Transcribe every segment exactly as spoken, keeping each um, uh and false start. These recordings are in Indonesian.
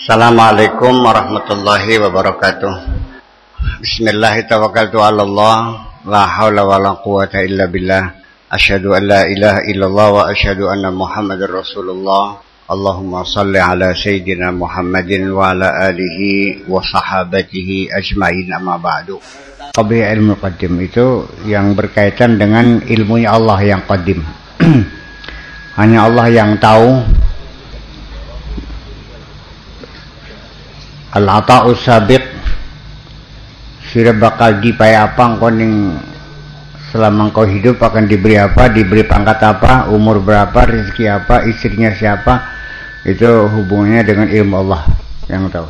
Assalamualaikum warahmatullahi wabarakatuh. Bismillahirrahmanirrahim. La haula wa la quwata illa billah. Asyhadu an la ilaha illallah wa asyhadu anna Muhammadar Rasulullah. Allahumma salli ala sayyidina Muhammadin wa ala alihi wa sahabatihi ajma'in, amma ba'du. Qabih ilmu qadim itu yang berkaitan dengan ilmunya Allah yang qadim. Hanya Allah yang tahu. Al-ata'us sabiq, sira bakal dipakai apa engkau ning selama engkau hidup akan diberi apa, diberi pangkat apa, umur berapa, rezeki apa, istrinya siapa, itu hubungannya dengan ilmu Allah yang tahu.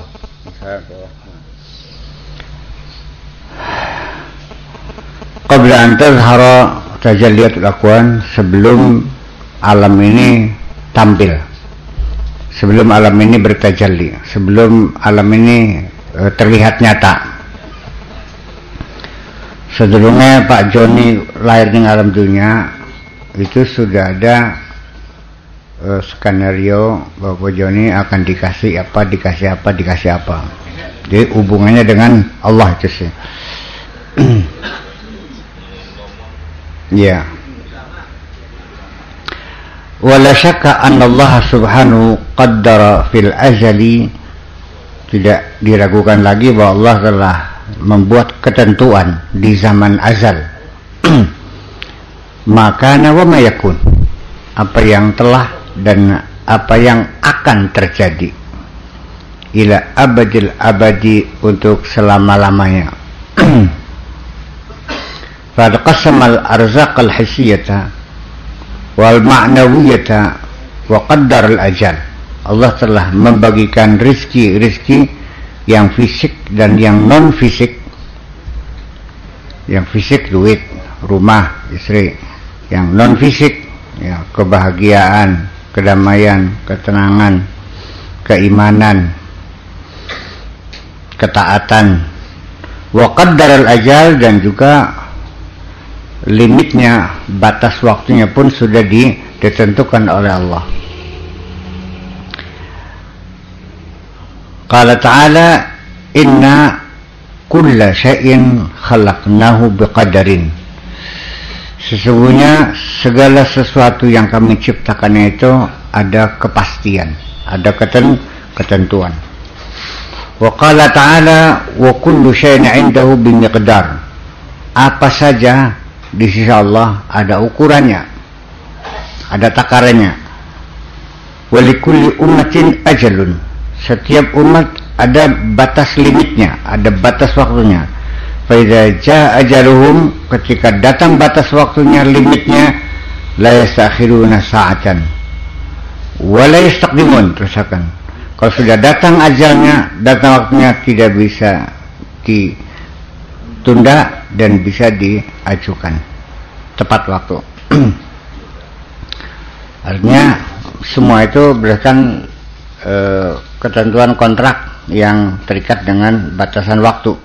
Qabla an tazhara tajalliyatul akwan, sebelum alam ini tampil, sebelum alam ini bertajalli, sebelum alam ini e, terlihat nyata. Sebelumnya Pak Joni lahir di alam dunia, itu sudah ada e, skenario bahwa Pak Joni akan dikasih apa, dikasih apa, dikasih apa. Jadi hubungannya dengan Allah itu sih. Ya. Wala syakka anna Allah subhanahu qaddara fil azali, tidak diragukan lagi bahwa Allah telah membuat ketentuan di zaman azal. Maka wa ma yakun, apa yang telah dan apa yang akan terjadi, ila abadil abadi, untuk selama-lamanya. Fa qasamal arzaqal hisiyata wal ma'nawiyata wa qaddar al ajal. Allah telah membagikan rizki-rizki yang fisik dan yang non fisik. Yang fisik duit, rumah, istri. Yang non fisik ya, kebahagiaan, kedamaian, ketenangan, keimanan, ketaatan. Wa qaddar al ajal, dan juga limitnya, batas waktunya pun sudah ditentukan oleh Allah. Qala ta'ala, inna kulla syai'in khalaqnahu biqadarin. Sesungguhnya segala sesuatu yang kami ciptakannya itu ada kepastian, ada keten ketentuan. Wa qala ta'ala, wa kullu syai'in 'indahu bimiqdar. Apa saja di sisi Allah ada ukurannya, ada takarannya. Walikulli ummatin ajalun, setiap umat ada batas limitnya, ada batas waktunya. Fa idza jaa ajaluhum, ketika datang batas waktunya, limitnya, la yastakhiruna sa'atan wa la yastaqdimun. Terusakan, kalau sudah datang ajalnya, datang waktunya, tidak bisa ditunda dan bisa diajukan tepat waktu. Artinya semua itu berdasarkan e, ketentuan kontrak yang terikat dengan batasan waktu.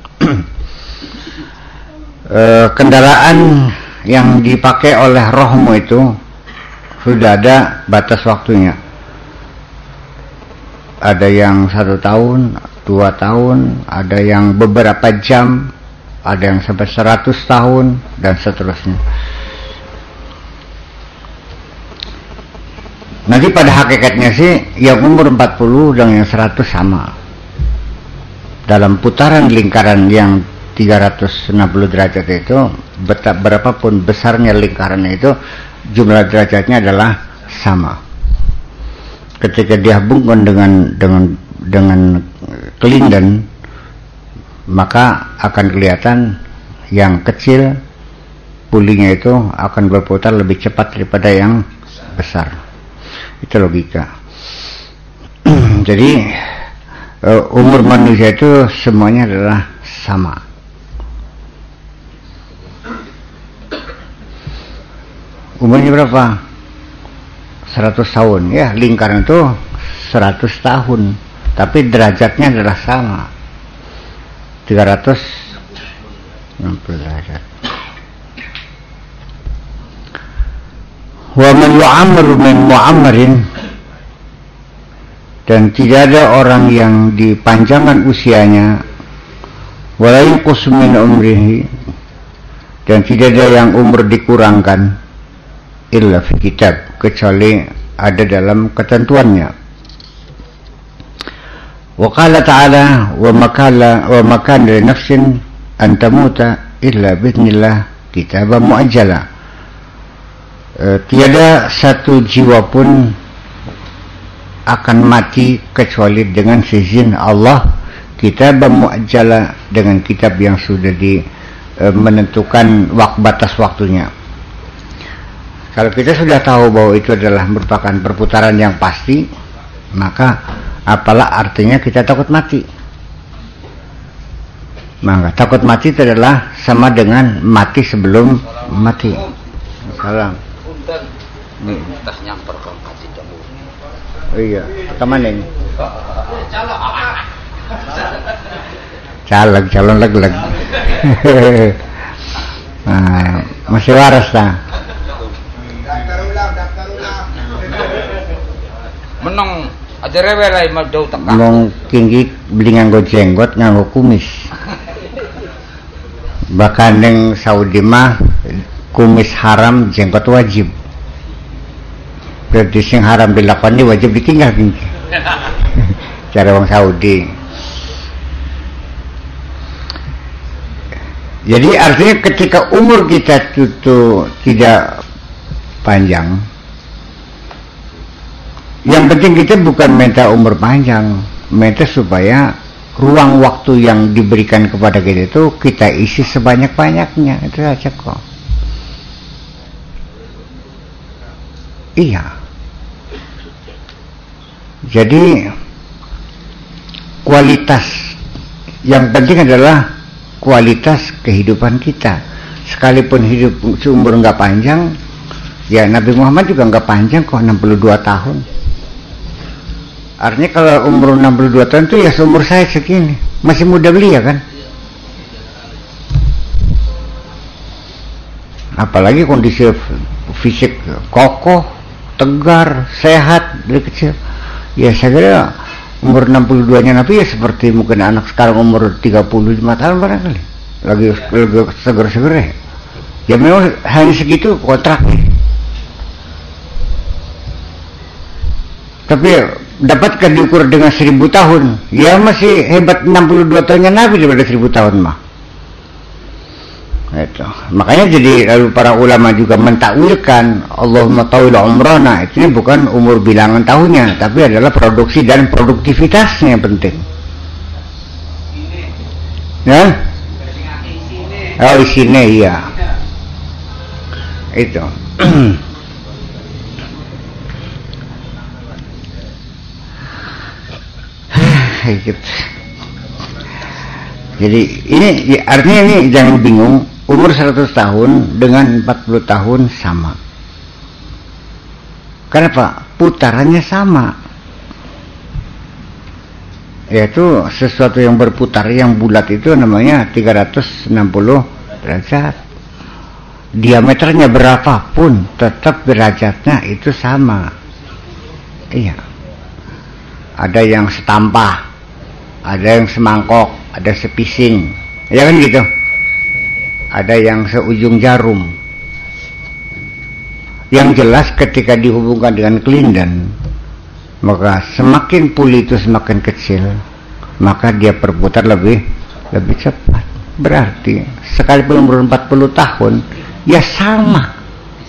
e, kendaraan yang dipakai oleh rohmu itu sudah ada batas waktunya. Ada yang satu tahun, dua tahun, ada yang beberapa jam, ada yang sampai seratus tahun, dan seterusnya. Nanti pada hakikatnya sih yang umur empat puluh dan yang seratus sama. Dalam putaran lingkaran yang tiga ratus enam puluh derajat itu, berapapun besarnya lingkarannya itu, jumlah derajatnya adalah sama. Ketika dihubungkan dengan dengan dengan kelindan, maka akan kelihatan yang kecil pulinya itu akan berputar lebih cepat daripada yang besar. Itu logika. Jadi umur manusia itu semuanya adalah sama. Umurnya berapa? seratus tahun. Ya, lingkaran itu seratus tahun, tapi derajatnya adalah sama. tiga ratus enam puluh derajat. Wa man yu'ammaru min mu'ammarin, dan tidak ada orang yang dipanjangkan usianya wala yunqus min umrihi, dan tidak ada yang umur dikurangkan illa fi kitab, kecuali ada dalam ketentuannya. Wa qala ta'ala wa makala wa makan li nafsin an tamuta illa bi'idznillah kitaban muajjala. E, tiada satu jiwa pun akan mati kecuali dengan izin Allah, kitaban muajjala, dengan kitab yang sudah di e, menentukan wak, batas waktunya. Kalau kita sudah tahu bahwa itu adalah merupakan perputaran yang pasti, maka apalah artinya kita takut mati? Maka takut mati itu adalah sama dengan mati sebelum mati. Salam. Tas nyamper ke kasih jamu. Oh iya, kemana ini? Caleg, calon leg-leg. Nah, masih waras tak? Daftar ulang, daftar ulang. Menang ada rewel lain mah jauh tak. Ngomong tinggi beli nganggo jenggot, nganggo kumis. Bahkan yang Saudi mah kumis haram, jenggot wajib. Berarti sing haram dilakoni wajib ditinggal tinggi. Cara orang Saudi. Jadi artinya ketika umur kita itu tidak panjang, yang penting kita bukan minta umur panjang, minta supaya ruang waktu yang diberikan kepada kita itu kita isi sebanyak-banyaknya, itu saja kok. Iya. Jadi kualitas yang penting adalah kualitas kehidupan kita. Sekalipun hidup seumur nggak panjang, ya Nabi Muhammad juga nggak panjang kok, enam puluh dua tahun. Artinya kalau umur enam puluh dua tahun itu ya seumur saya segini, masih muda belia kan. Apalagi kondisi fisik kokoh, tegar, sehat dari kecil. Ya saya kira umur enam puluh dua nya Nabi ya seperti mungkin anak sekarang umur tiga puluh lima tahun barangkali. Lagi, lagi seger-seger ya. Ya memang hanya segitu kontraknya. Tapi dapatkah diukur dengan seribu tahun? Ya masih hebat enam puluh dua tahunnya Nabi daripada seribu tahun mah. Itu. Makanya jadi lalu para ulama juga mentakwilkan Allahumma tawil umrana, itu bukan umur bilangan tahunnya, tapi adalah produksi dan produktivitasnya yang penting. Ya? Oh isinya iya. Itu. Jadi ini artinya ini jangan bingung, umur seratus tahun dengan empat puluh tahun sama. Kenapa? Putarannya sama. Yaitu sesuatu yang berputar, yang bulat itu namanya tiga ratus enam puluh derajat. Diameternya berapapun tetap derajatnya itu sama. Iya. Ada yang setampah, ada yang semangkok, ada sepising, ya kan gitu. Ada yang seujung jarum. Yang jelas ketika dihubungkan dengan kelindan, maka semakin puli itu semakin kecil, maka dia berputar lebih lebih cepat. Berarti sekalipun umur empat puluh tahun, ya sama.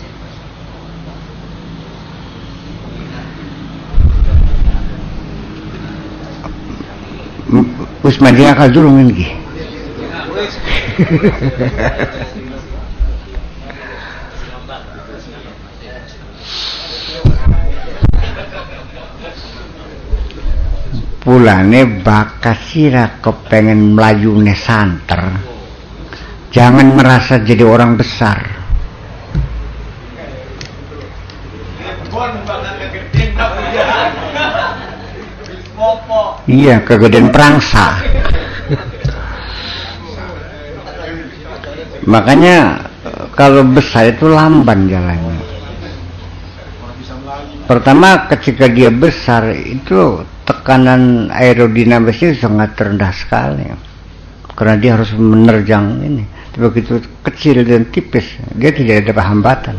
Usman dia akal dulu lagi. Pulane bakas sira kepengen melayune santer, jangan merasa jadi orang besar. Iya, kegedean perangsa. Makanya kalau besar itu lamban jalannya. Pertama ketika dia besar itu tek tekanan aerodinamisnya sangat rendah sekali karena dia harus menerjang ini. Begitu kecil dan tipis, dia tidak ada hambatan.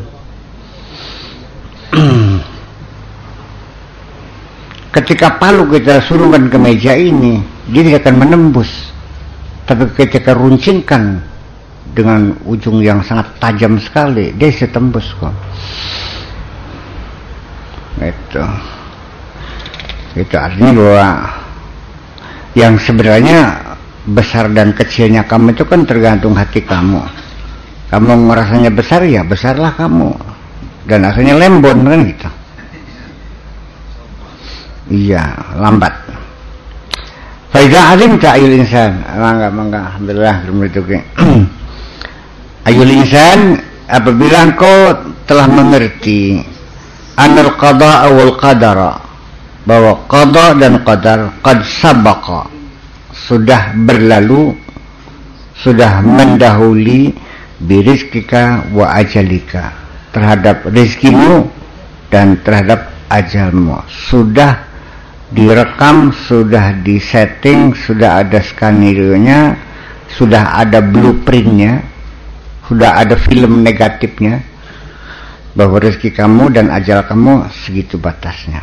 Ketika palu kita surungkan ke meja ini, dia tidak akan menembus. Tapi ketika runcingkan dengan ujung yang sangat tajam sekali, dia bisa tembus kok. Itu, itu artinya bahwa yang sebenarnya besar dan kecilnya kamu itu kan tergantung hati kamu. Kamu merasanya besar, ya besarlah kamu, dan rasanya lembon kan gitu. Iya, lambat. Faidah alim tak ayul insan. Mangga, mangga. Alhamdulillah, alhamdulillah. Ayul insan, apabila engkau telah mengerti anal qada wal qadara, bahwa qada dan qadar qad sabaqa, sudah berlalu, sudah mendahului birizkika wa ajalika, terhadap rizkimu dan terhadap ajalmu. Sudah direkam, sudah disetting, sudah ada skenario-nya, sudah ada blueprint-nya, sudah ada film negatifnya, bahwa rezeki kamu dan ajal kamu segitu batasnya.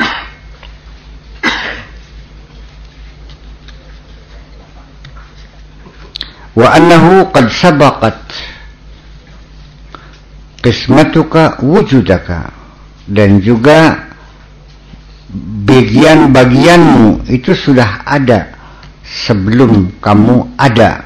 Wa annahu qad sabaqat qismatuka wujudaka, dan juga bagian-bagianmu itu sudah ada sebelum kamu ada.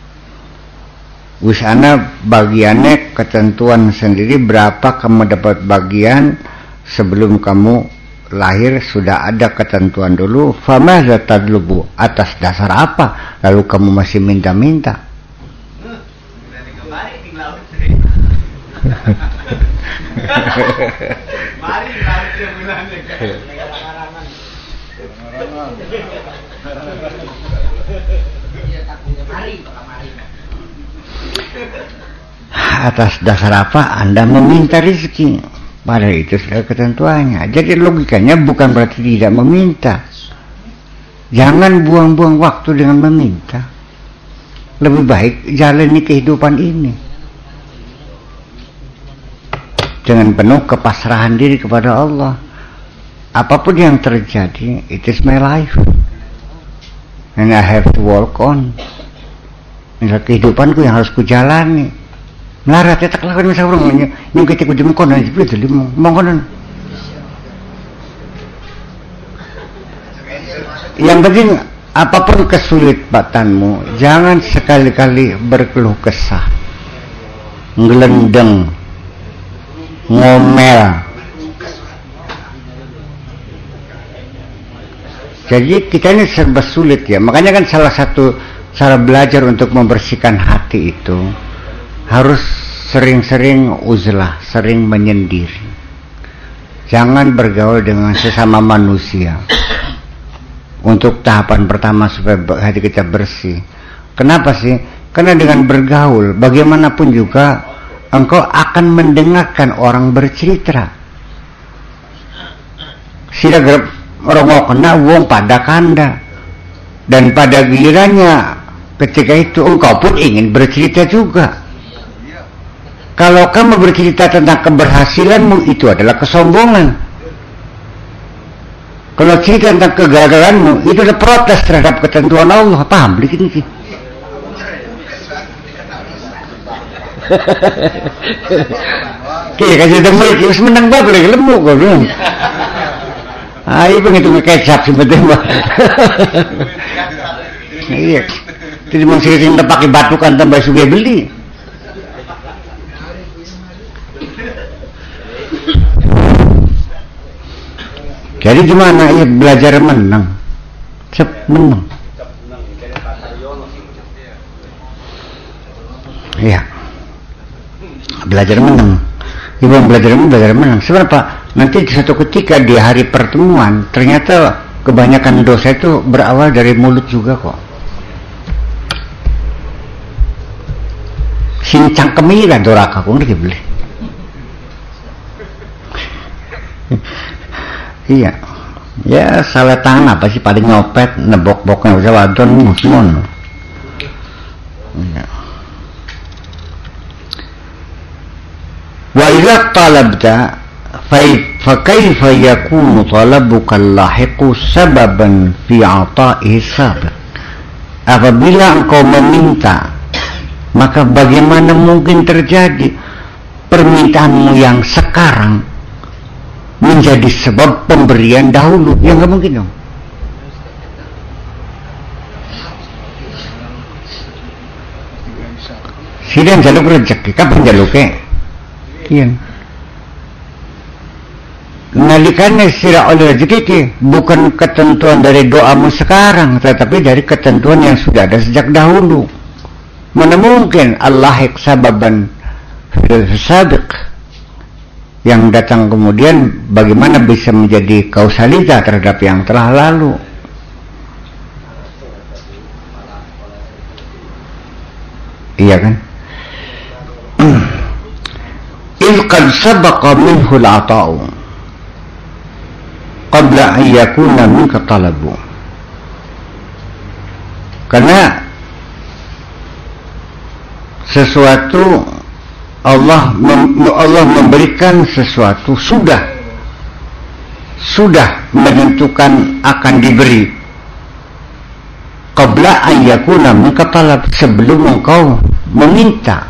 Wisana bagiannya ketentuan sendiri, berapa kamu dapat bagian sebelum kamu lahir sudah ada ketentuan dulu. Famadza tadlubu, atas dasar apa lalu kamu masih minta-minta? Atas dasar apa Anda meminta rezeki? Padahal itu sudah ketentuannya. Jadi logikanya bukan berarti tidak meminta. Jangan buang-buang waktu dengan meminta. Lebih baik jalani kehidupan ini dengan penuh kepasrahan diri kepada Allah. Apapun yang terjadi, it is my life and I have to walk on. Ini kehidupanku yang harus kujalani. Melarat ya tak lakukan masa orang yang kita kudim konon itu betul mongkonon. Yang penting apapun kesulitanmu, jangan sekali-kali berkeluh kesah, ngelendeng, ngomel. Jadi kita ini serba sulit ya. Makanya kan salah satu cara belajar untuk membersihkan hati itu harus sering-sering uzlah, sering menyendiri. Jangan bergaul dengan sesama manusia. Untuk tahapan pertama supaya hati kita bersih. Kenapa sih? Karena dengan bergaul, bagaimanapun juga engkau akan mendengarkan orang bercerita. Sila gerep rongok kena wong pada kanda, dan pada gilirannya ketika itu engkau pun ingin bercerita juga. Kalau kamu bercerita tentang keberhasilanmu, itu adalah kesombongan. Kalau cerita tentang kegagalanmu, itu adalah protes terhadap ketentuan Allah. Paham begini sih? Oke, kasih temu lagi, harus menang banget lagi lemuk kau bilang. Ayo begitu ngekecap sebetulnya. Iya, jadi mau sering pakai batu kan tambah suge beli. Jadi gimana ya belajar menang, cep menang. Iya, belajar menang. Ibu belajar menang, belajar menang. Seberapa? Nanti suatu ketika di hari pertemuan ternyata kebanyakan dosa itu berawal dari mulut juga kok. Sincang kemiran doraka kok ngerti beli. Iya. Ya salah tangan apa sih paling nyopet nebok-boknya usah wadon musmun. Ya. Wa idza talabta fa kaifa yakunu talabuka lahiqu sababan fi ata'ihi sabiq. Apabila engkau meminta, maka bagaimana mungkin terjadi permintaanmu yang sekarang menjadi sebab pemberian dahulu? Ya nggak mungkin dong. Sidang jaluk rezeki, kapan jaluknya? Iya. Nalikannya sira oleh rezeki bukan ketentuan dari doamu sekarang, tetapi dari ketentuan yang sudah ada sejak dahulu. Mana mungkin Allah sababan fil sabiq yang datang kemudian, bagaimana bisa menjadi kausalita terhadap yang telah lalu? Iya kan? إذ قد سبق منه العطاء قبل أن يكون منك طلب. Karena sesuatu Allah mem, Allah memberikan sesuatu sudah sudah menentukan akan diberi qabla an yakuna minka talab, sebelum engkau meminta.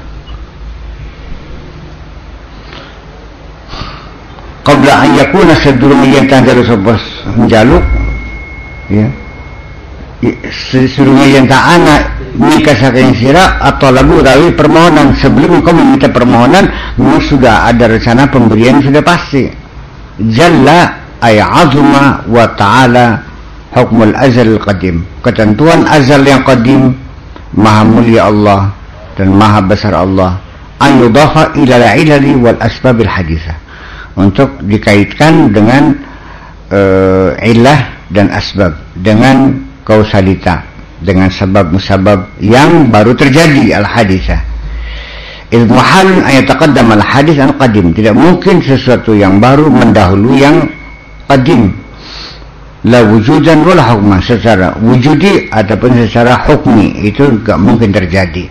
Qabla an yakuna, sedurunge yen tanjalu sapa njaluk ya, sedurunge yen ta ana mika saking sira atau lagu utawi permohonan, sebelum engkau meminta permohonan memang sudah ada rencana pemberian, sudah pasti. Jalla ay azuma wa ta'ala hukmul azal qadim, ketentuan azal yang qadim, maha mulia Allah dan maha besar Allah, an yudafa ila al-ilali wal asbabil hadithah, untuk dikaitkan dengan uh, ilah dan asbab, dengan kausalita, dengan sebab musabab yang baru terjadi, al-hadithah. Idh muhalun an yataqaddam al-hadith an qadim, tidak mungkin sesuatu yang baru mendahului yang qadim. La wujudan wala hukman, secara wujudi ataupun secara hukmi itu enggak mungkin terjadi.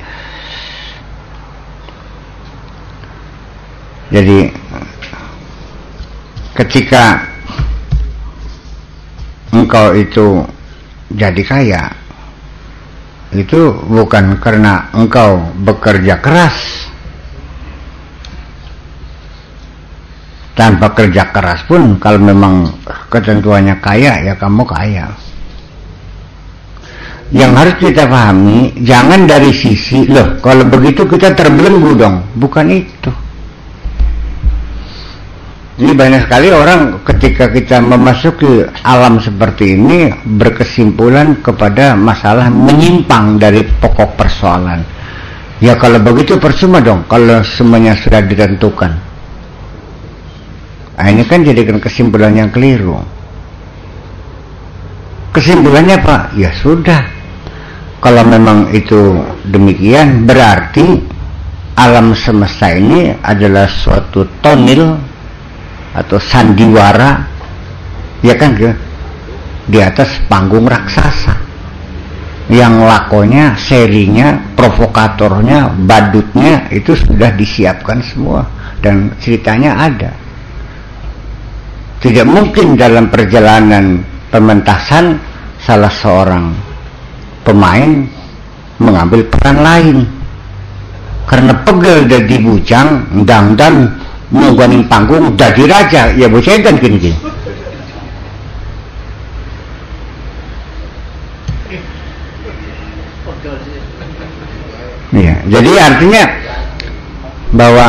Jadi ketika engkau itu jadi kaya, itu bukan karena engkau bekerja keras. Tanpa kerja keras pun, kalau memang ketentuannya kaya, ya kamu kaya. Yang harus kita pahami, jangan dari sisi, loh kalau begitu kita terbelenggu dong. Bukan itu. Ini banyak sekali orang ketika kita memasuki alam seperti ini berkesimpulan kepada masalah menyimpang dari pokok persoalan. Ya kalau begitu percuma dong kalau semuanya sudah ditentukan. Nah, ini kan jadikan kesimpulan yang keliru. Kesimpulannya Pak, ya sudah, kalau memang itu demikian, berarti alam semesta ini adalah suatu tonil atau sandiwara, ya kan, ke di atas panggung raksasa, yang lakonya, serinya, provokatornya, badutnya itu sudah disiapkan semua dan ceritanya ada. Tidak mungkin dalam perjalanan pementasan salah seorang pemain mengambil peran lain karena pegel dari bujang dangdan nungguin panggung jadi raja, ya bocah kan gini-gini. Ya, jadi artinya bahwa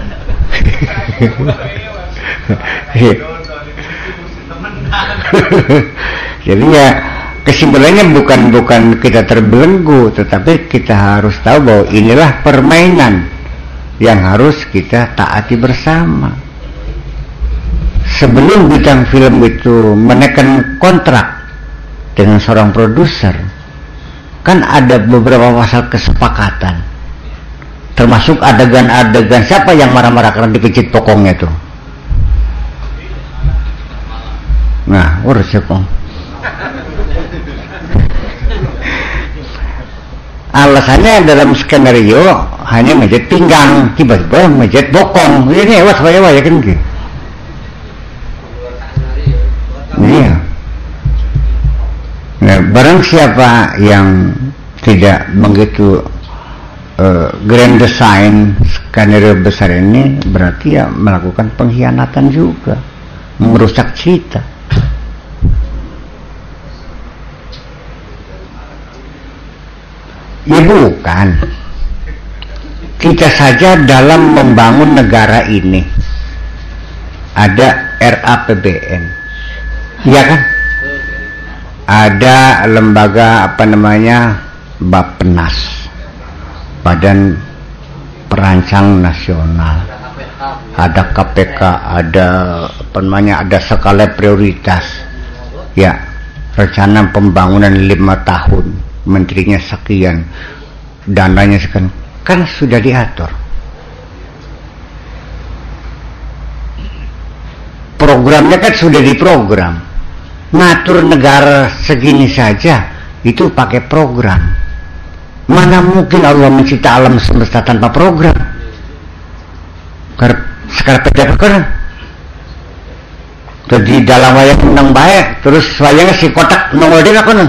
jadi ya kesimpulannya bukan bukan kita terbelenggu, tetapi kita harus tahu bahwa inilah permainan yang harus kita taati bersama. Sebelum bintang film itu menekan kontrak dengan seorang produser, kan ada beberapa pasal kesepakatan, termasuk adegan-adegan siapa yang marah-marah karena dipijit pokongnya tuh. Nah, urus ya kong. Alasannya dalam skenario hanya mejet pinggang, tiba-tiba mejet bokong. Ini ewas ewas ya kan gitu. Iya. Nah, barang siapa yang tidak begitu uh, grand design skenario besar ini, berarti ya melakukan pengkhianatan juga, merusak cita. Ya bukan. Kita saja dalam membangun negara ini ada R A P B N, ya kan? Ada lembaga apa namanya Bappenas, Badan Perancang Nasional, ada K P K, ada apa namanya, ada skala prioritas, ya, rencana pembangunan lima tahun, menterinya sekian, dananya sekian, kan sudah diatur. Programnya kan sudah diprogram. Ngatur negara segini saja itu pakai program. Mana mungkin Allah mencipta alam semesta tanpa program? Sekarang beda perkara. Terus di dalam wayang menang baik, terus wayangnya si kotak nongol dia kan?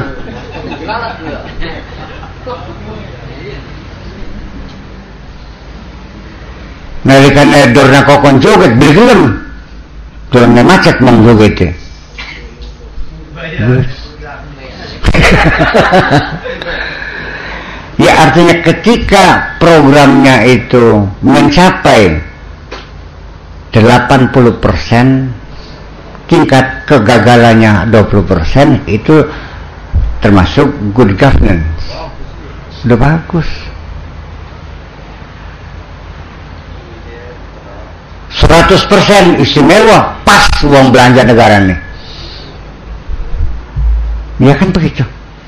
Nalikan edorna kokon joget bergelem, dalamnya macet mang joget. Ya artinya ketika programnya itu mencapai delapan puluh persen, tingkat kegagalannya dua puluh persen, itu termasuk good governance. Sudah bagus. seratus persen istimewa, pas uang belanja negara nih. Ya kan begitu.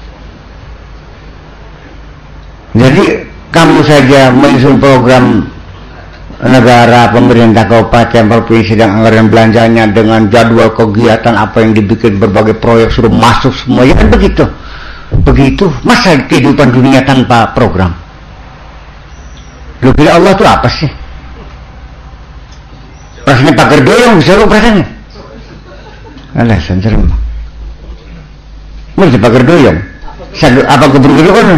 Jadi kamu saja menyusun program negara, pemerintah kabupaten, provinsi dan anggaran belanjanya dengan jadwal kegiatan apa yang dibikin, berbagai proyek sudah masuk semua, ya kan begitu. Begitu, masa kehidupan dunia tanpa program? Lu kira Allah itu apa sih? Rasanya pagar doyong bisa lu perasaannya. Alah, senserem. Mesti pagar doyong. Apa keburu-buru kan?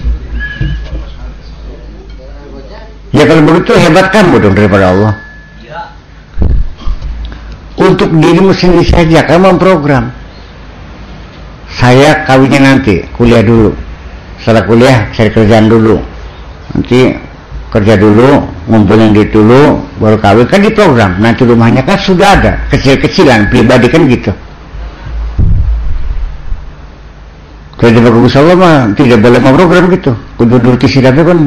Ya kalau begitu hebat kamu dong daripada Allah. Untuk dirimu sendiri saja kamu memprogram. Saya kawinnya nanti, kuliah dulu. Setelah kuliah cari kerjaan dulu. Nanti kerja dulu, ngumpulin duit dulu, baru kawin, kan di program. Nanti rumahnya kan sudah ada, kecil-kecilan, pribadi kan gitu. Kalau di bagus Allah mah tidak boleh mau program gitu. Kudu dulu kisidape kan.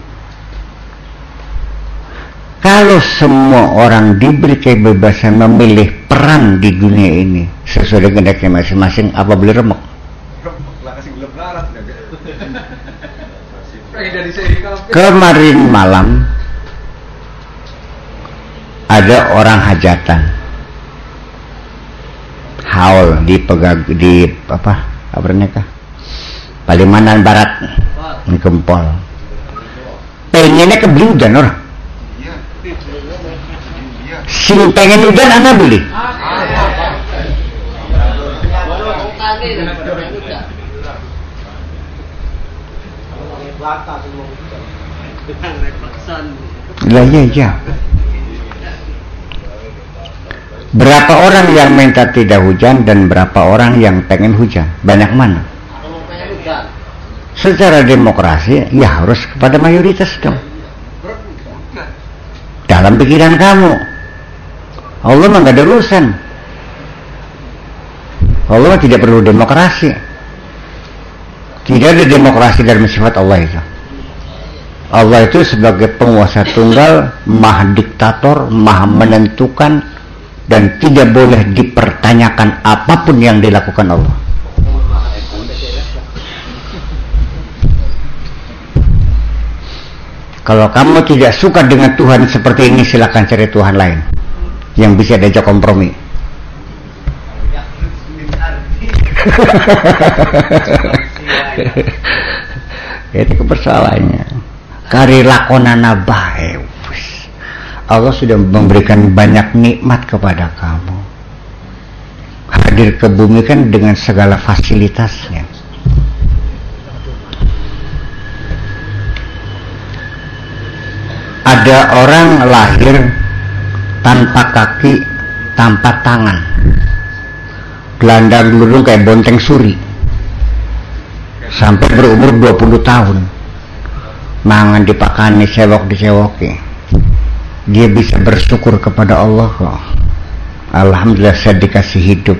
Kalau semua orang diberi kebebasan memilih peran di dunia ini sesuai dengan kehendaknya masing-masing, apa boleh remuk? Kemarin malam ada orang hajatan, haul di pegag di apa apa nikah Palimanan Barat, di Gempol. Pengennya kebeli udan orang. Sing pengen udan anda beli. Lah iya iya. Berapa orang yang minta tidak hujan dan berapa orang yang pengen hujan? Banyak mana? Secara demokrasi ya harus kepada mayoritas dong. Dalam pikiran kamu, Allah mah gak ada urusan. Allah tidak perlu demokrasi. Tidak ada demokrasi dalam sifat Allah itu. Allah itu sebagai penguasa tunggal, maha diktator, maha menentukan, dan tidak boleh dipertanyakan apapun yang dilakukan Allah. Kalau kamu tidak suka dengan Tuhan seperti ini, silakan cari Tuhan lain yang bisa diajak kompromi. Itu persoalannya. Kari lakonana bae. Allah sudah memberikan banyak nikmat kepada kamu. Hadir ke bumi kan dengan segala fasilitasnya. Ada orang lahir tanpa kaki, tanpa tangan, gelandang gelundung kayak bonteng suri, sampai berumur dua puluh tahun, mangan dipakani, sewok disewoki, dia bisa bersyukur kepada Allah kok. Alhamdulillah saya dikasih hidup.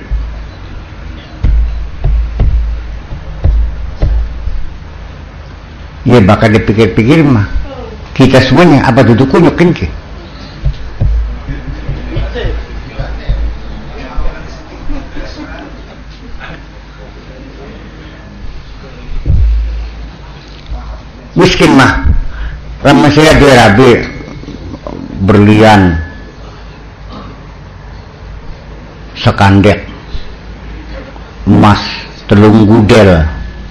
Ya bakal dipikir-pikir mah kita semuanya apa duduk kunyuk ke? Miskin mah lama saya dirabi berlian sekandek emas telung gudel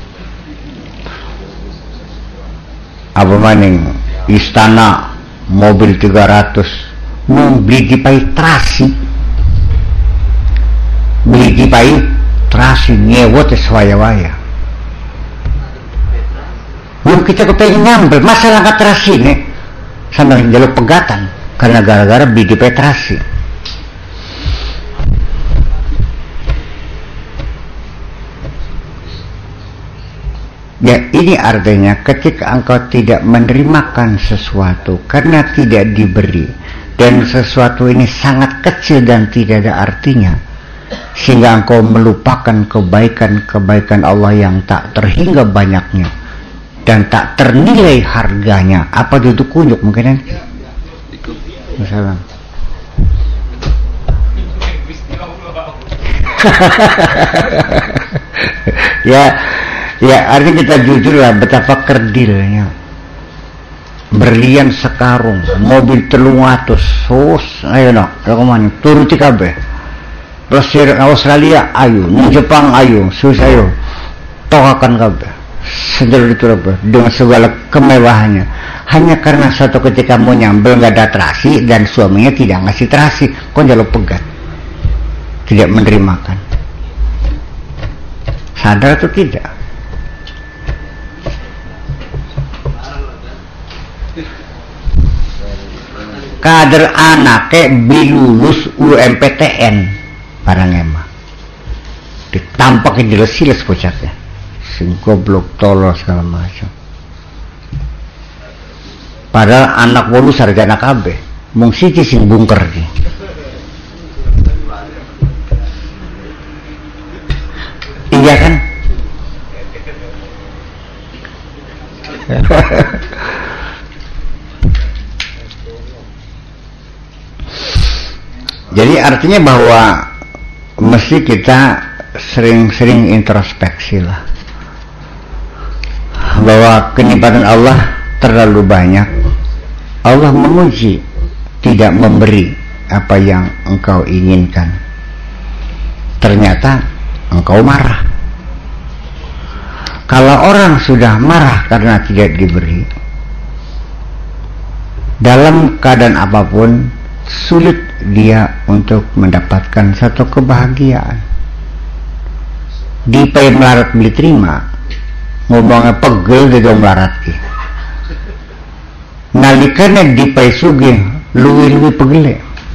apa maning istana mobil tiga ratus mau beli dipai terasi beli dipai terasi nyewot sewaya-waya. Belum kita kepengen nyambel masalah angkat terasi nih sambil jaluk pegatan karena gara-gara beli dipai terasi. Ya ini artinya ketika engkau tidak menerimakan sesuatu karena tidak diberi dan sesuatu ini sangat kecil dan tidak ada artinya sehingga engkau melupakan kebaikan-kebaikan Allah yang tak terhingga banyaknya dan tak ternilai harganya. Apa duduk kunyuk mungkin nanti misalnya ya ya artinya kita jujur lah betapa kerdilnya berlian sekarung mobil telung atus sus ayo no kemana turuti kabeh Plesir Australia ayo di Jepang ayo sus ayo tokakan kabeh sendiri itu apa dengan segala kemewahannya hanya karena suatu ketika mau nyambel nggak ada terasi dan suaminya tidak ngasih terasi kok jalur pegat tidak menerimakan. Sadar atau tidak? Kader anake bilulus U M P T N barang emang ditampakin diles-siles bocahnya sing goblok tolol segala macam padahal anak wolu sarjana kabeh mung siji sing bungker ki iya kan. Jadi artinya bahwa mesti kita sering-sering introspeksi lah bahwa kenikmatan Allah terlalu banyak. Allah menguji, tidak memberi apa yang engkau inginkan. Ternyata engkau marah. Kalau orang sudah marah karena tidak diberi, dalam keadaan apapun sulit dia untuk mendapatkan satu kebahagiaan. Dipai melarat beli terima, ngomongnya pegel di dong melarat ki. Nalikane dipai sugih luwi-luwi pegele.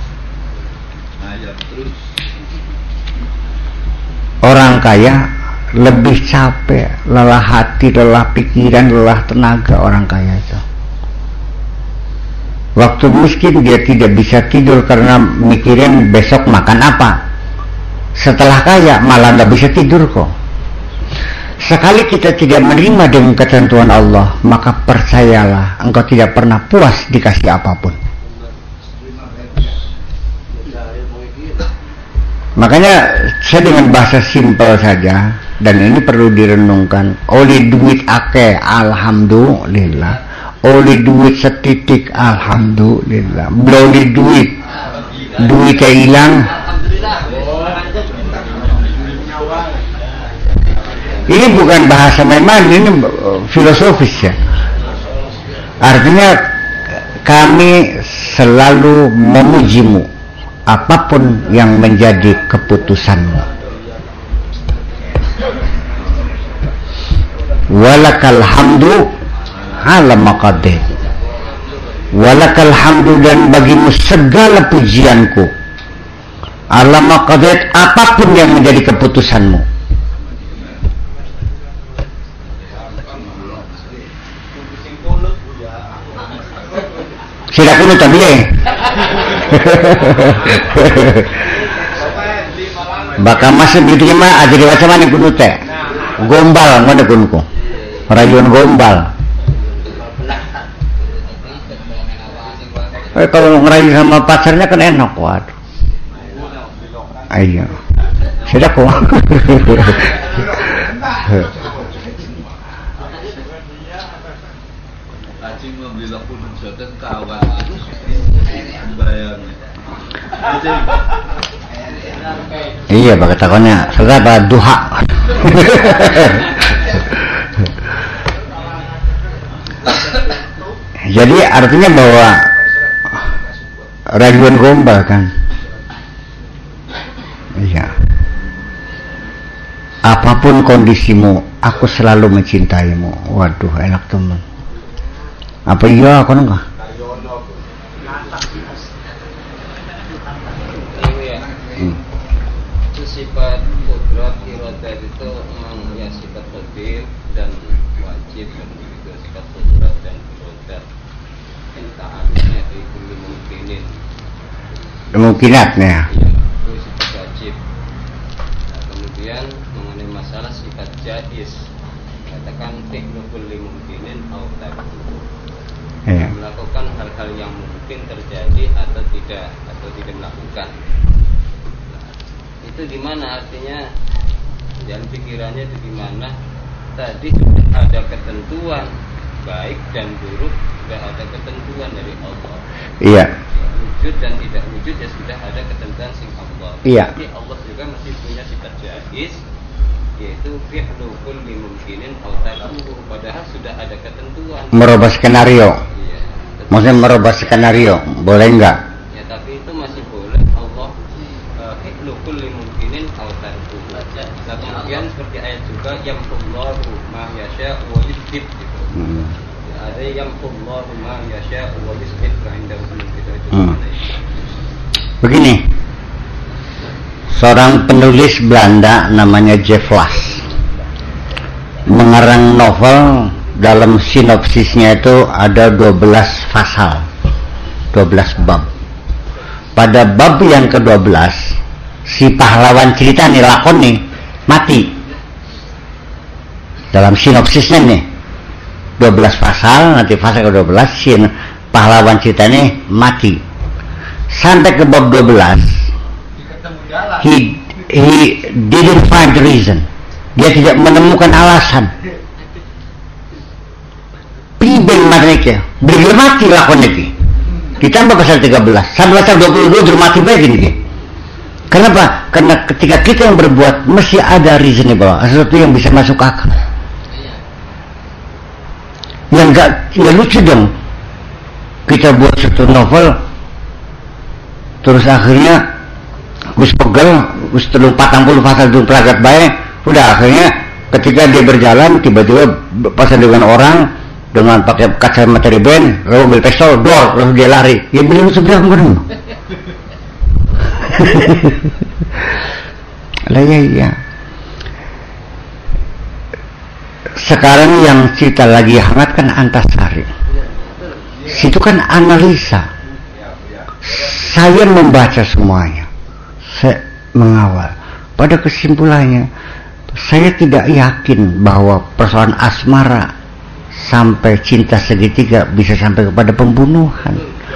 Orang kaya lebih capek, lelah hati, lelah pikiran, lelah tenaga orang kaya itu. Waktu miskin dia tidak bisa tidur karena mikirin besok makan apa. Setelah kaya malah nggak bisa tidur kok. Sekali kita tidak menerima dengan ketentuan Allah, maka percayalah engkau tidak pernah puas dikasih apapun. Makanya saya dengan bahasa simpel saja, dan ini perlu direnungkan. Oleh duit akeh, alhamdulillah. Oleh duit setitik, alhamdulillah. Belum di duit, duitnya hilang. Ini bukan bahasa main-main, ini filosofis ya. Artinya kami selalu memujimu apapun yang menjadi keputusanmu. Walakal hamdu ala maqadir. Walakal hamdu, dan bagimu segala pujianku ala maqadir, apapun yang menjadi keputusanmu. Sila kuno tadi eh. Baka masih begitu mah aja diwaca mana kuno teh. Gombal mana kuno ko. Rayuan gombal. Eh kalau ngerayu sama pacarnya kan enak, waduh. Ayo. Sila ko. Kawan iya pakai takonnya serba duha. Jadi artinya bahwa raguan gombal kan, iya, apapun kondisimu aku selalu mencintaimu. Waduh enak teman. Apa iya aku nggak? Hmm. Itu sifat kudrat iradat itu memang ya sifat qadir dan wajib, dan begitu sifat kudrat dan iradat taatnya di kulli mungkinin. Kemungkinatnya. Ya, itu sifat wajib. Nah, kemudian mengenai masalah sifat jaiz, katakan fi'lu kulli mungkinin atau tarkuhu. Ya. Melakukan hal-hal yang mungkin terjadi atau tidak, atau tidak melakukan. Nah, itu gimana artinya? Jalan pikirannya itu gimana? Tadi sudah ada ketentuan baik dan buruk, sudah ada ketentuan dari Allah. Iya. Wujud dan tidak wujud ya sudah ada ketentuan sing Allah. Iya. Tapi Allah juga masih punya sifat jaiz, yaitu fi'lu kulli mumkinin aw tarkuhu, padahal sudah ada ketentuan. Merubah skenario. Iya. Maksudnya merubah skenario, boleh enggak? Ya, tapi itu masih boleh Allah fi'lu kulli mumkinin aw tarkuhu. Nah, kemudian seperti ayat juga yamhullahu ma yasha wa yusbit gitu. Hmm. Ya, ada yamhullahu ma yasha wa yusbit inda umum gitu itu. Hmm. Begini. Seorang penulis Belanda namanya Jeff Lass mengarang novel, dalam sinopsisnya itu ada dua belas pasal, dua belas bab. Pada bab yang kedua belas, si pahlawan cerita nih, lakon nih, mati. Dalam sinopsisnya nih, dua belas pasal, nanti pasal ke dua belas, si pahlawan ceritanya mati. Sampai ke bab dua belas, he he didn't find the reason. Dia tidak menemukan alasan. Pribeng mereka beliau mati lakonnya ki. Ditambah pasal tiga belas, sampai pasal dua puluh dua mati baik ini. Kenapa? Karena ketika kita yang berbuat mesti ada reasonable, sesuatu yang bisa masuk akal. Yang enggak, enggak lucu dong. Kita buat satu novel, terus akhirnya gus pegel, gus telung patang puluh pasal itu pelagat baik, udah akhirnya ketika dia berjalan tiba-tiba pasal dengan orang dengan pakai kacamata riben, lalu ambil pistol, dor, lalu dia lari. Ya beliau seberang benar. Lah ya iya. Sekarang yang cerita lagi hangat kan Antasari. Situ kan analisa. Saya membaca semuanya. Saya mengawal. Pada kesimpulannya, saya tidak yakin bahwa persoalan asmara sampai cinta segitiga bisa sampai kepada pembunuhan.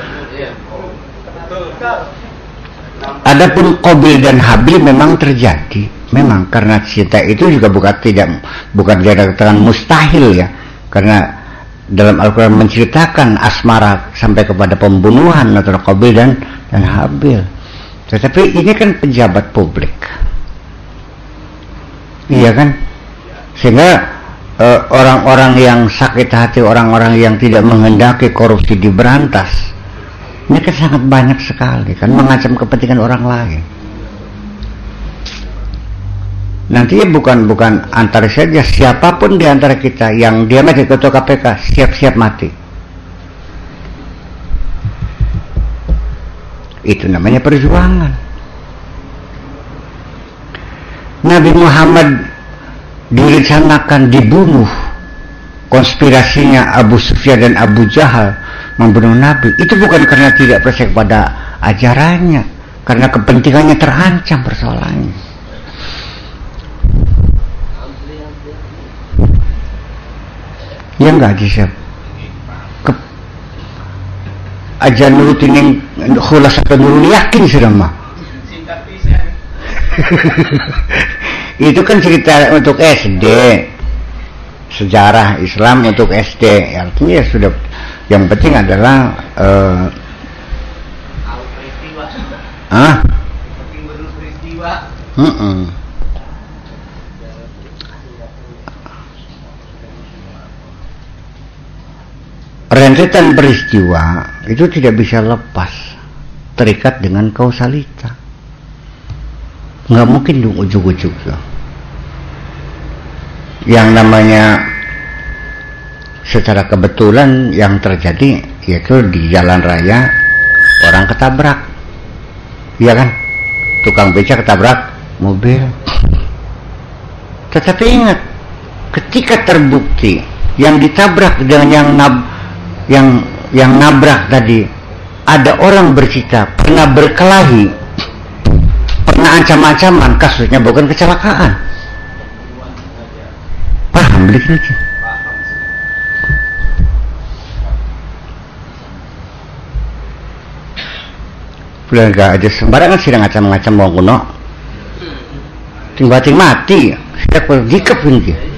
Adapun Qabil dan Habil memang terjadi, memang karena cinta itu juga bukan tidak bukan dikatakan mustahil ya, karena dalam Al-Quran menceritakan asmara sampai kepada pembunuhan antara Qabil dan dan Habil. Tetapi ini kan pejabat publik, iya kan? Sehingga orang-orang uh, yang sakit hati, orang-orang yang tidak menghendaki korupsi diberantas, ini kan sangat banyak sekali, kan mengancam kepentingan orang lain. Nantinya bukan bukan antara saja, siapapun di antara kita yang dia menjadi ketua K P K siap-siap mati. Itu namanya perjuangan. Nabi Muhammad direncanakan dibunuh, konspirasinya Abu Sufyan dan Abu Jahal membunuh Nabi. Itu bukan karena tidak percaya kepada ajarannya, karena kepentingannya terancam persoalannya. Ya enggak siap. Ke aja nurutin yang khulasatan dulu yakin sudah mah. Itu kan cerita untuk S D, sejarah Islam untuk S D. Artinya ya sudah, yang penting adalah uh, ah, uh -uh. rentetan peristiwa itu tidak bisa lepas terikat dengan kausalita. Nggak mungkin dong ujuk-ujuk tuh. Yang namanya secara kebetulan yang terjadi yaitu di jalan raya orang ketabrak, iya kan? Tukang beca ketabrak mobil. Tetapi ingat, ketika terbukti yang ditabrak dengan yang nab yang yang nabrak tadi ada orang bercita pernah berkelahi, pernah ancam-ancaman, kasusnya bukan kecelakaan. Paham begitu? Udah gak aja sembarangan sih ngacam-ngacam mau kuno. Tinggal mati, siap berdikap ini.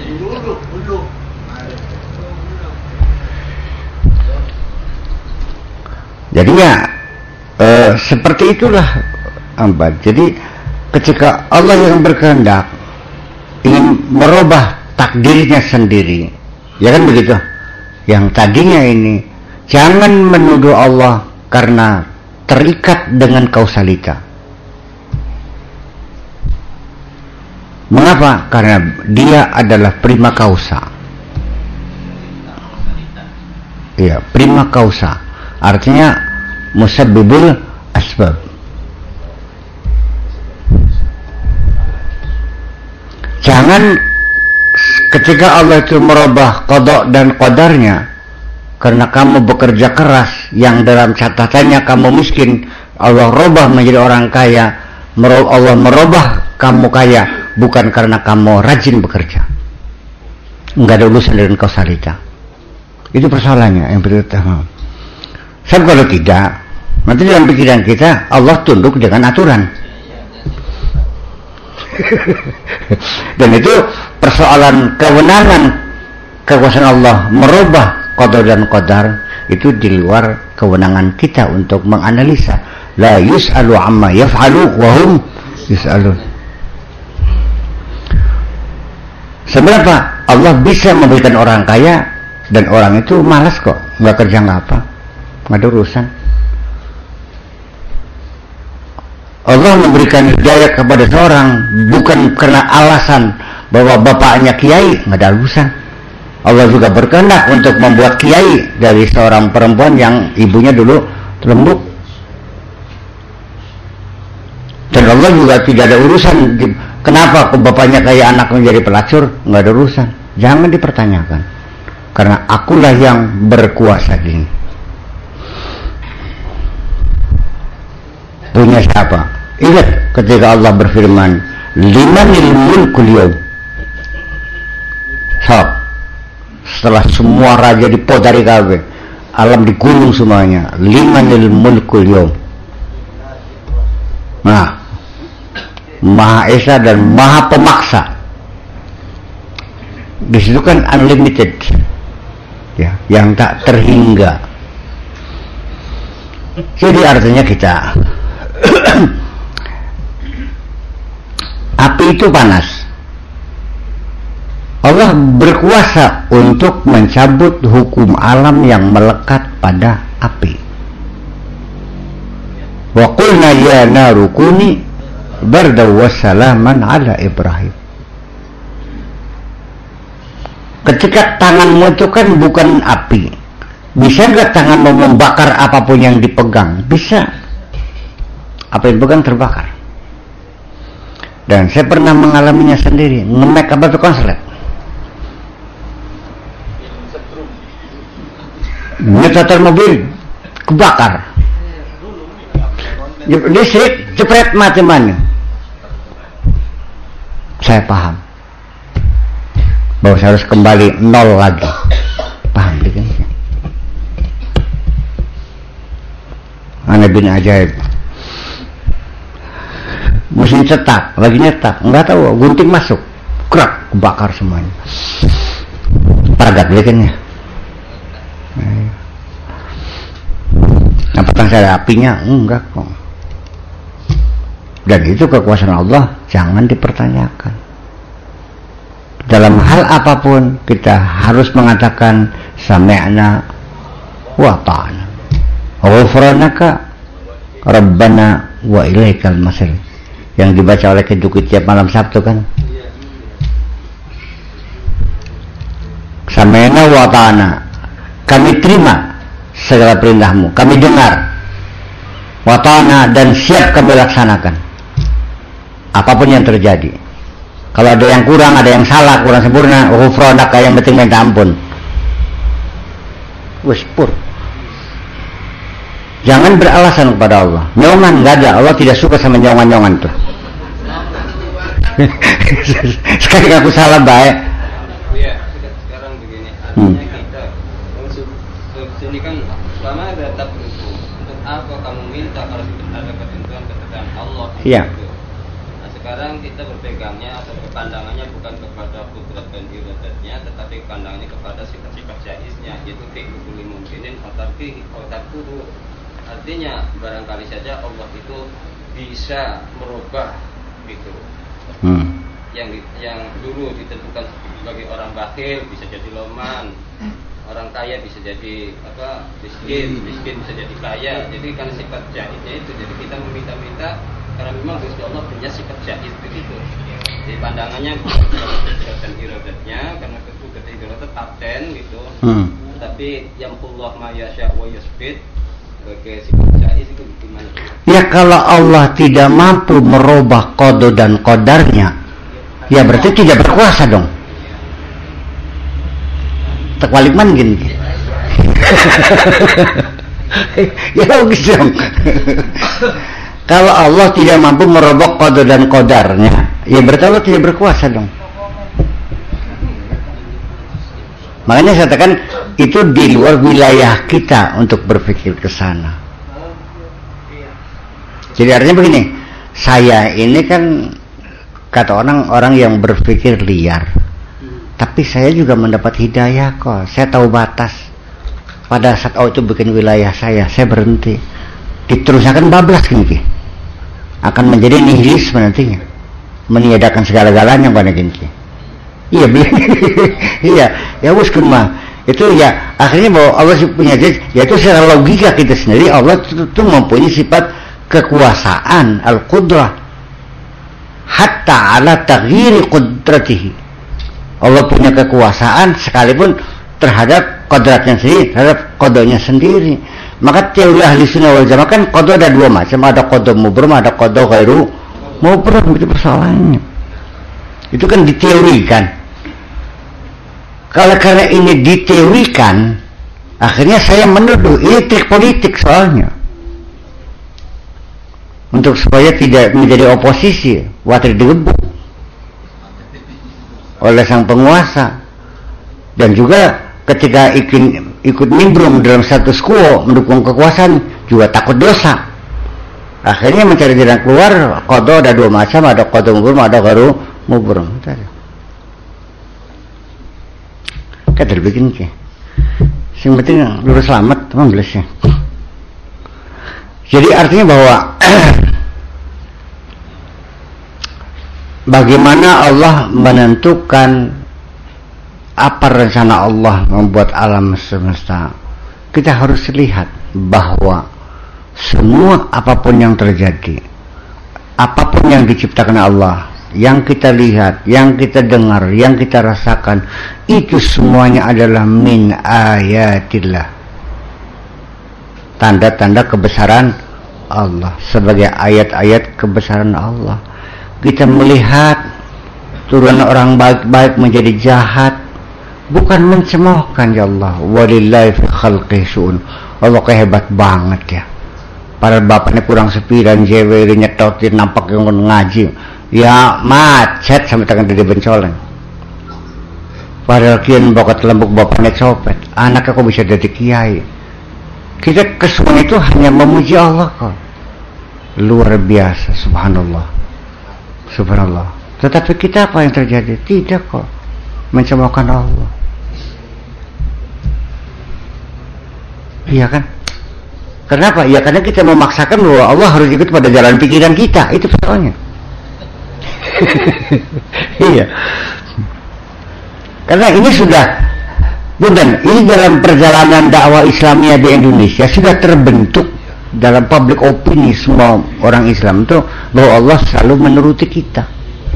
Jadi ya e, seperti itulah Amba. Jadi ketika Allah yang berkehendak ingin merubah takdirnya sendiri, ya kan begitu. Yang tadinya ini jangan menuduh Allah karena terikat dengan kausalita. Mengapa? Karena dia adalah prima causa. Iya, prima causa. Artinya musabbibul asbab. Jangan ketika Allah itu merubah qada dan qadarnya karena kamu bekerja keras yang dalam catatannya kamu miskin, Allah rubah menjadi orang kaya. Allah merubah kamu kaya bukan karena kamu rajin bekerja. Enggak ada urusan dengan kausalita. Itu persoalannya yang pertama. Sebab kalau tidak, nanti dalam pikiran kita Allah tunduk dengan aturan. Dan itu persoalan kewenangan kekuasaan Allah merubah qada dan qadar itu di luar kewenangan kita untuk menganalisa. La yus'alu amma yaf'alu wa hum yus'alun. Seberapa Allah bisa memberikan orang kaya dan orang itu malas kok, nggak kerja nggak apa, nggak ada urusan. Allah memberikan hidayah kepada seorang bukan karena alasan bahwa bapaknya kiai, nggak ada urusan. Allah juga berkehendak untuk membuat kiai dari seorang perempuan yang ibunya dulu lembut. Dan Allah juga tidak ada urusan kenapa bapaknya kayak anak menjadi pelacur, nggak ada urusan. Jangan dipertanyakan, karena akulah yang berkuasa gini. Punya siapa? Ingat ketika Allah berfirman, limanil mulkul yaum. So, setelah semua raja dipodari kabeh, alam digulung semuanya, limanil mulkul yaum. Nah, Maha Esa dan Maha Pemaksa. Di situ kan unlimited, ya, yang tak terhingga. Jadi artinya kita api itu panas. Allah berkuasa untuk mencabut hukum alam yang melekat pada api. Wa qulna ya naru kuni bardan wa salaman ala Ibrahim. Ketika tanganmu itu kan bukan api, bisa nggak tanganmu membakar apapun yang dipegang? Bisa. Apa yang dipegang terbakar. Dan saya pernah mengalaminya sendiri. Ngemek apa tuh konslet? Nyetor mobil kebakar. Listrik cepret mati mana? Saya paham bahwa saya harus kembali nol lagi. Paham kan? Aneh bin ajaib. Mesin cetak, lagi nyetak, nggak tahu, gunting masuk, kerak, kebakar semuanya. Paragat kan ya. Nah, petang saya ada apinya, enggak kok. Dan itu kekuasaan Allah jangan dipertanyakan. Dalam hal apapun kita harus mengatakan sami'na wa ta'ana. Ghufranaka Rabbana wa ilaikal masir. Yang dibaca oleh kedukut tiap malam Sabtu kan. Sami'na wa ta'ana. Kami terima segala perintahmu, kami dengar. Wa ta'ana, dan siap kami laksanakan apapun yang terjadi. Kalau ada yang kurang, ada yang salah, kurang sempurna, ghufranaka, yang penting minta ampun. Wes pur. Jangan beralasan kepada Allah. Nyongan nggak ada. Allah tidak suka sama nyongan-nyongan tuh. Sekali aku salah baik. Iya, sekarang begini. Artinya kita sini kan sama ada tabur itu. Untuk apa kamu minta kalau ada ketentuan-ketentuan Allah? Iya. Nah, sekarang kita berpegangnya atau kepandangannya bukan kepada kudrat dan iradatnya, tetapi pandangannya kepada sifat-sifat jaiznya, yaitu fi'lul mumkinin otarki otakuru. Artinya barangkali saja Allah itu bisa merubah gitu. Hmm. Yang yang dulu ditentukan sebagai orang bakhil bisa jadi loman, orang kaya bisa jadi apa miskin, miskin bisa jadi kaya. Jadi karena sifat jaiznya itu, jadi kita meminta-minta karena memang Gusti Allah punya sifat jaiz begitu. Jadi pandangannya bukan dan iradatnya, karena itu ketika iradat absen gitu. Hmm. Tapi yang Allah ma yasha wa yasbit sebagai sifat jaiz itu gimana? Ya kalau Allah tidak mampu merubah qada dan qadarnya, ya berarti tidak berkuasa dong. Terbalik man gini. Ya logis dong. Kalau Allah tidak mampu merubah qada dan qadarnya, ya berarti Allah tidak berkuasa dong. Makanya saya katakan itu di luar wilayah kita untuk berpikir ke sana. Jadi artinya begini, saya ini kan kata orang orang yang berpikir liar, tapi saya juga mendapat hidayah kok. Saya tahu batas. Pada saat oh itu bikin wilayah saya, saya berhenti. Diteruskan bablas gini, akan menjadi nihilisme nantinya, meniadakan segala-galanya pada gini. Iya, iya, ya wes mah itu ya akhirnya bahwa Allah punya jadi, yaitu secara logika kita sendiri Allah itu, itu mempunyai sifat kekuasaan al-qudrah hatta ala taghyiri qudratihi. Allah punya kekuasaan sekalipun terhadap kodratnya sendiri, terhadap qadanya sendiri. Maka teori ahli sunnah wal jamaah kan qada ada dua macam, ada qada mubram, ada qada ghairu mubram. Itu persoalannya. Itu kan diteorikan. Kalau karena ini diteorikan, akhirnya saya menuduh ini trik politik soalnya. Untuk supaya tidak menjadi oposisi, watir digebuk oleh sang penguasa. Dan juga ketika ikut, ikut nimbrung dalam status quo mendukung kekuasaan juga takut dosa. Akhirnya mencari jalan keluar. Qada ada dua macam, ada qada mubram, ada ghairu mubram. Kita terbikin ke. Yang penting lurus selamat, teman belasnya. Jadi artinya bahwa bagaimana Allah menentukan apa rencana Allah membuat alam semesta, kita harus lihat bahwa semua apapun yang terjadi, apapun yang diciptakan Allah, yang kita lihat, yang kita dengar, yang kita rasakan, itu semuanya adalah min ayatillah, tanda-tanda kebesaran Allah, sebagai ayat-ayat kebesaran Allah. Kita melihat turunan orang baik-baik menjadi jahat, bukan mencemoohkan, ya Allah. Walillahi fi khalqi syu'un. Allah kehebat banget ya. Para bapaknya kurang sepiran, jewe nyetotin, nampak yang ngaji, ya macet sampai tangan dia bencoleng. Padahal kian bakat lembuk bapaknya copet, anaknya kok bisa jadi kiai. Kita kesemua itu hanya memuji Allah kok. Luar biasa, subhanallah, subhanallah. Tetapi kita apa yang terjadi? Tidak kok mencemoohkan Allah. Iya kan? Kenapa? Ya karena kita memaksakan bahwa Allah harus ikut pada jalan pikiran kita. Itu persoalannya. Iya. Karena ini sudah, bukan, ini dalam perjalanan dakwah Islamiyah di Indonesia sudah terbentuk dalam public opini semua orang Islam itu bahwa Allah selalu menuruti kita.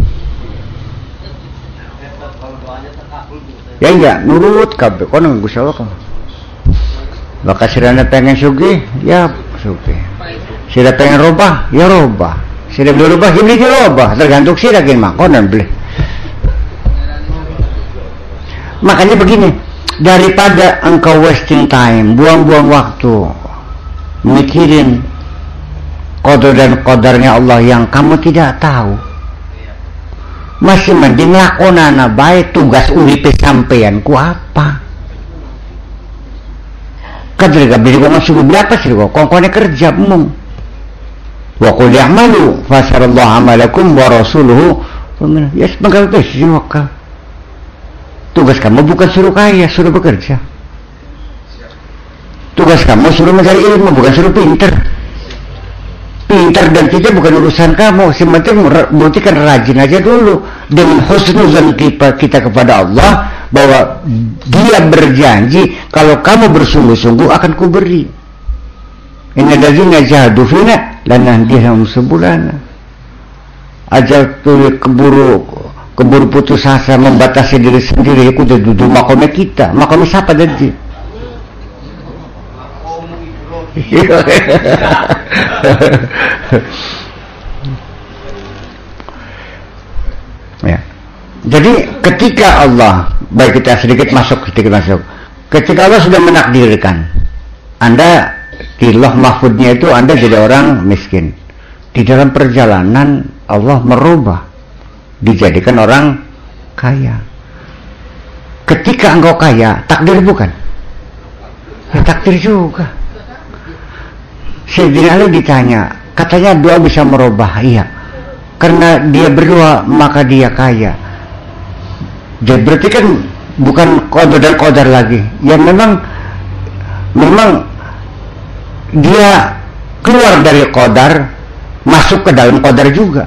Ya enggak, nurut kabeh kono Gusti Allah kok. Maka sirana pengen sugih, ya sugih. Sira pengen robah, ya robah. Sira beli robah, ya beli robah, tergantung sira gin mah kono beli. Makanya begini, daripada engkau wasting time, buang-buang waktu mikirin qadar dan qadarnya Allah yang kamu tidak tahu, masih mending lakonana baik tugas uripe sampean ku apa. Kadri gak beli kok masuk berapa sih kok kongkone kerja mung. Wa qul ya'malu fasarallahu amalakum wa rasuluhu. Ya sebagai itu maka tugas kamu bukan suruh kaya, suruh bekerja. Tugas kamu suruh mencari ilmu, bukan suruh pinter. Pinter dan tidak bukan urusan kamu. Sementara buktikan rajin aja dulu dengan husnuzan kita, kita kepada Allah bahwa Dia berjanji kalau kamu bersungguh-sungguh akan kuberi. Inna ladzina jahadu fina lanahdihum subulana. Ajal tuh keburu keburu putus asa membatasi diri sendiri, itu udah duduk makomnya kita, makomnya siapa tadi? Ya. Jadi ketika Allah, baik kita sedikit masuk, sedikit masuk. Ketika Allah sudah menakdirkan Anda di loh mahfudnya itu Anda jadi orang miskin, di dalam perjalanan Allah merubah, dijadikan orang kaya. Ketika engkau kaya, takdir bukan? Ya takdir juga. Sayyidina Ali ditanya, katanya doa bisa merubah, iya. Karena dia berdoa maka dia kaya. Jadi berarti kan bukan qadar dan qadar lagi. Ya memang memang dia keluar dari qadar, masuk ke dalam qadar juga.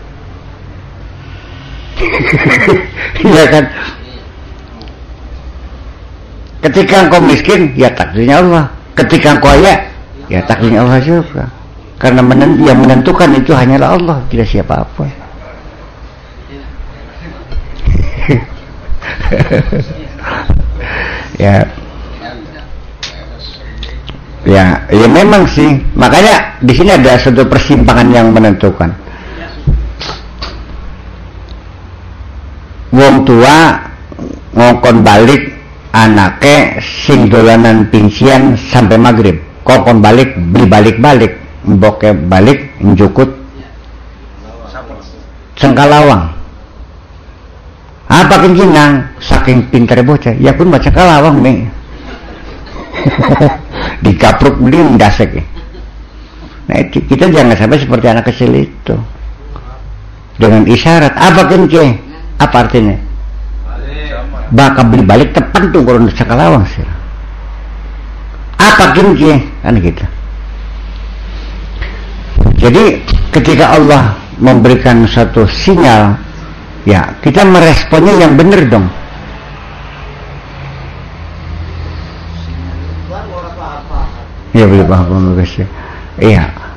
Iya kan? Ketika engkau miskin, ya takdirnya Allah. Ketika engkau kaya, ya takdirnya Allah juga. Karena menen yang menentukan itu hanyalah Allah, tidak siapa-apa. Ya, ya, ya memang sih. Makanya di sini ada satu persimpangan yang menentukan. Wong tua ngongkon balik anake sing dolanan pincian sampai maghrib, kokon balik beli balik-balik, mboke balik njukut Cengkalawang. Apa kencinang saking pintar bocah, ya pun baca Kalawang nih. Dikapruk beli ndasek. Nah itu, kita jangan sampai seperti anak kecil itu. Dengan isyarat, apa kencing? Apa artinya? Bakal beli balik tepan tuh kalau Cengkalawang sih. Apa kencing? Kan gitu. Jadi ketika Allah memberikan satu sinyal, ya kita meresponnya yang benar dong. Ya boleh paham guys ya. Iya.